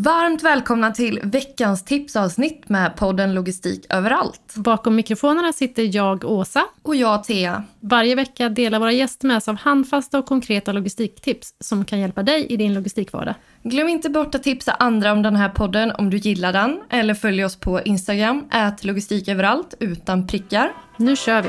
Varmt välkomna till veckans tipsavsnitt med podden Logistik överallt. Bakom mikrofonerna sitter jag, Åsa. Och jag, Thea. Varje vecka delar våra gäster med sig av handfasta och konkreta logistiktips som kan hjälpa dig i din logistikvardag. Glöm inte bort att tipsa andra om den här podden om du gillar den. Eller följ oss på Instagram, @logistiköverallt utan prickar. Nu kör vi!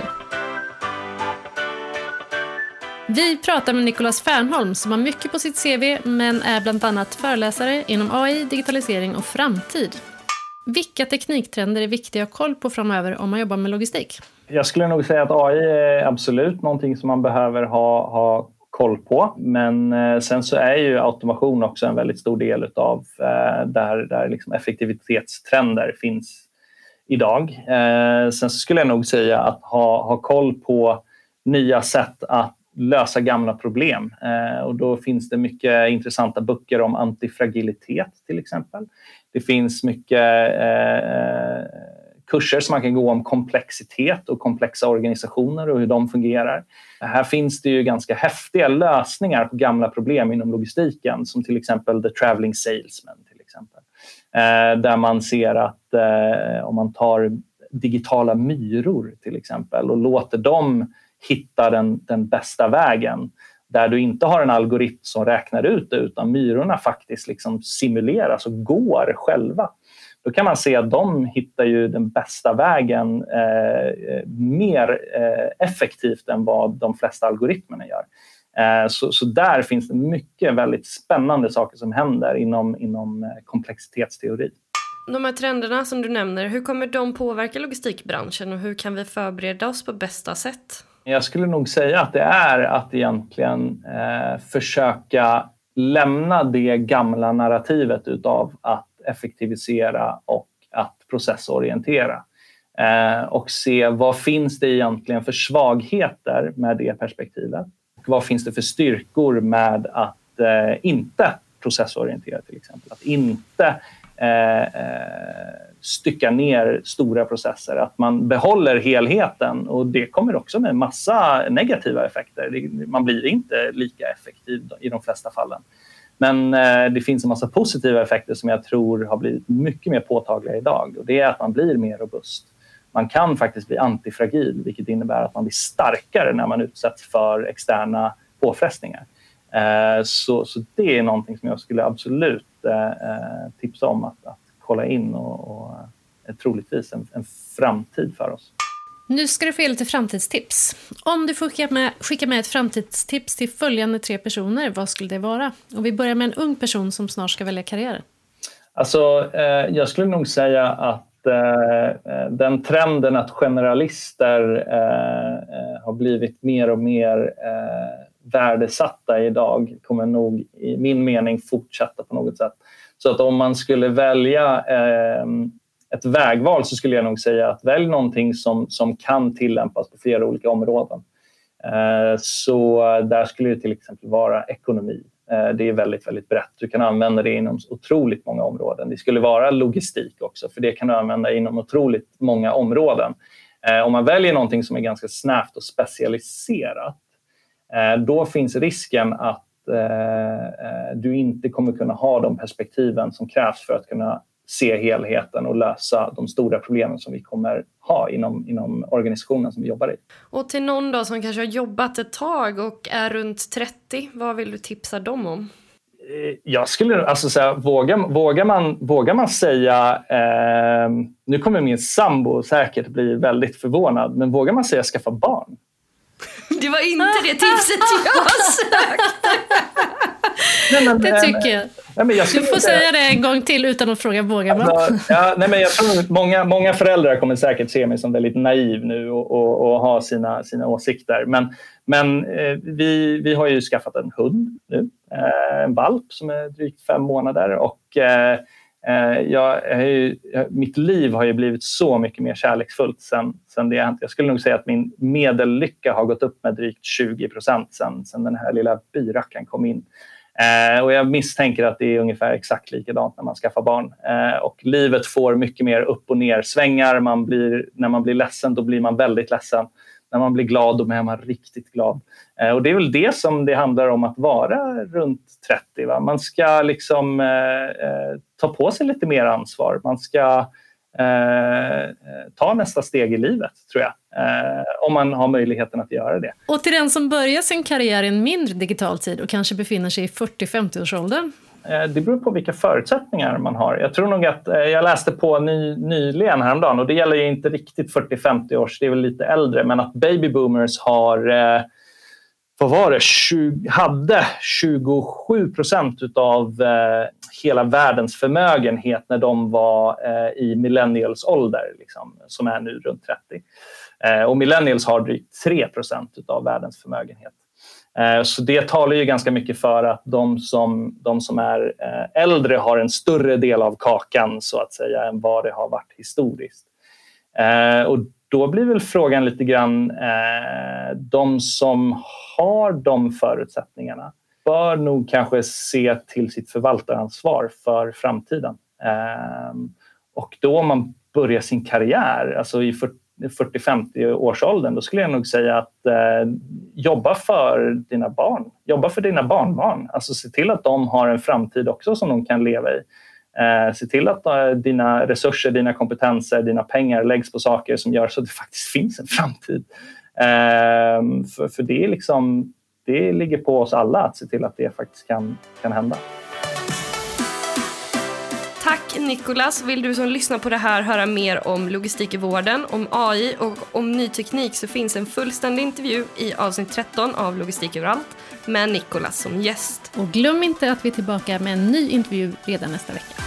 Vi pratar med Nicolas Fernholm som har mycket på sitt CV men är bland annat föreläsare inom AI, digitalisering och framtid. Vilka tekniktrender är viktiga att ha koll på framöver om man jobbar med logistik? Jag skulle nog säga att AI är absolut någonting som man behöver ha koll på. Men sen så är ju automation också en väldigt stor del av där liksom effektivitetstrender finns idag. Sen så skulle jag nog säga att ha koll på nya sätt att lösa gamla problem. Och då finns det mycket intressanta böcker om antifragilitet till exempel. Det finns mycket kurser som man kan gå om komplexitet och komplexa organisationer och hur de fungerar. Här finns det ju ganska häftiga lösningar på gamla problem inom logistiken som till exempel The Traveling Salesman till exempel. Där man ser att om man tar digitala myror till exempel och låter dem hitta den bästa vägen där du inte har en algoritm som räknar ut det utan myrorna faktiskt liksom simuleras och går själva. Då kan man se att de hittar ju den bästa vägen mer effektivt än vad de flesta algoritmerna gör. Så där finns det mycket väldigt spännande saker som händer inom komplexitetsteori. De här trenderna som du nämner, hur kommer de påverka logistikbranschen och hur kan vi förbereda oss på bästa sätt? Jag skulle nog säga att det är att egentligen försöka lämna det gamla narrativet utav att effektivisera och att processorientera. Och se vad finns det egentligen för svagheter med det perspektivet. Och vad finns det för styrkor med att inte processorientera till exempel. Att inte stycka ner stora processer, att man behåller helheten och det kommer också med massa negativa effekter. Man blir inte lika effektiv i de flesta fallen. Men det finns en massa positiva effekter som jag tror har blivit mycket mer påtagliga idag och det är att man blir mer robust. Man kan faktiskt bli antifragil vilket innebär att man blir starkare när man utsätts för externa påfrestningar. Så det är någonting som jag skulle absolut tipsa om att kolla in och troligtvis en framtid för oss. Nu ska du få lite framtidstips. Om du får skicka med ett framtidstips till följande 3 personer, vad skulle det vara? Och vi börjar med en ung person som snart ska välja karriär. Alltså, jag skulle nog säga att den trenden att generalister har blivit mer och mer värdesatta idag kommer nog i min mening fortsätta på något sätt. Så att om man skulle välja ett vägval så skulle jag nog säga att välj någonting som kan tillämpas på flera olika områden. Så där skulle det till exempel vara ekonomi. Det är väldigt, väldigt brett. Du kan använda det inom otroligt många områden. Det skulle vara logistik också för det kan du använda inom otroligt många områden. Om man väljer någonting som är ganska snävt och specialiserat då finns risken att du inte kommer kunna ha de perspektiven som krävs för att kunna se helheten och lösa de stora problemen som vi kommer ha inom organisationen som vi jobbar i. Och till någon då som kanske har jobbat ett tag och är runt 30, vad vill du tipsa dem om? Jag skulle alltså säga, vågar man säga, nu kommer min sambo säkert bli väldigt förvånad, men vågar man säga skaffa barn? Det var inte det tipset jag sökte. Det tycker jag. Nej, du får säga det en gång till utan att fråga vågar man. Men jag tror att många föräldrar kommer säkert se mig som väldigt naiv nu och ha sina åsikter. Men vi har ju skaffat en hund nu. En valp som är drygt 5 månader och mitt liv har ju blivit så mycket mer kärleksfullt sen det hänt. Jag skulle nog säga att min medellycka har gått upp med drygt 20% sen den här lilla byracken kom in. Och jag misstänker att det är ungefär exakt likadant när man skaffar barn. Och livet får mycket mer upp- och ner svängar. När man blir ledsen, då blir man väldigt ledsen. När man blir glad, då är man riktigt glad. Och det är väl det som det handlar om att vara runt 30. Va? Man ska liksom ta på sig lite mer ansvar. Man ska ta nästa steg i livet, tror jag. Om man har möjligheten att göra det. Och till den som börjar sin karriär i en mindre digital tid och kanske befinner sig i 40-50-årsåldern? Det beror på vilka förutsättningar man har. Jag tror nog att jag läste på nyligen häromdagen, och det gäller ju inte riktigt 40-50 års, det är väl lite äldre, men att babyboomers har hade 27% av hela världens förmögenhet när de var i millennials ålder, liksom, som är nu runt 30. Och millennials har drygt 3% av världens förmögenhet. Så det talar ju ganska mycket för att de som är äldre har en större del av kakan, så att säga, än vad det har varit historiskt. Och då blir väl frågan lite grann, de som har de förutsättningarna bör nog kanske se till sitt förvaltaransvar för framtiden. Och då om man börjar sin karriär, alltså i 40-50 årsåldern, då skulle jag nog säga att jobba för dina barn, jobba för dina barnbarn. Alltså se till att de har en framtid också som de kan leva i. Se till att dina resurser, dina kompetenser, dina pengar läggs på saker som gör så att det faktiskt finns en framtid. För det är liksom, det ligger på oss alla att se till att det faktiskt kan hända. Tack Nicolas. Vill du som lyssnar på det här höra mer om logistik i vården, om AI och om ny teknik, så finns en fullständig intervju i avsnitt 13 av Logistik överallt med Nicolas som gäst. Och glöm inte att vi är tillbaka med en ny intervju redan nästa vecka.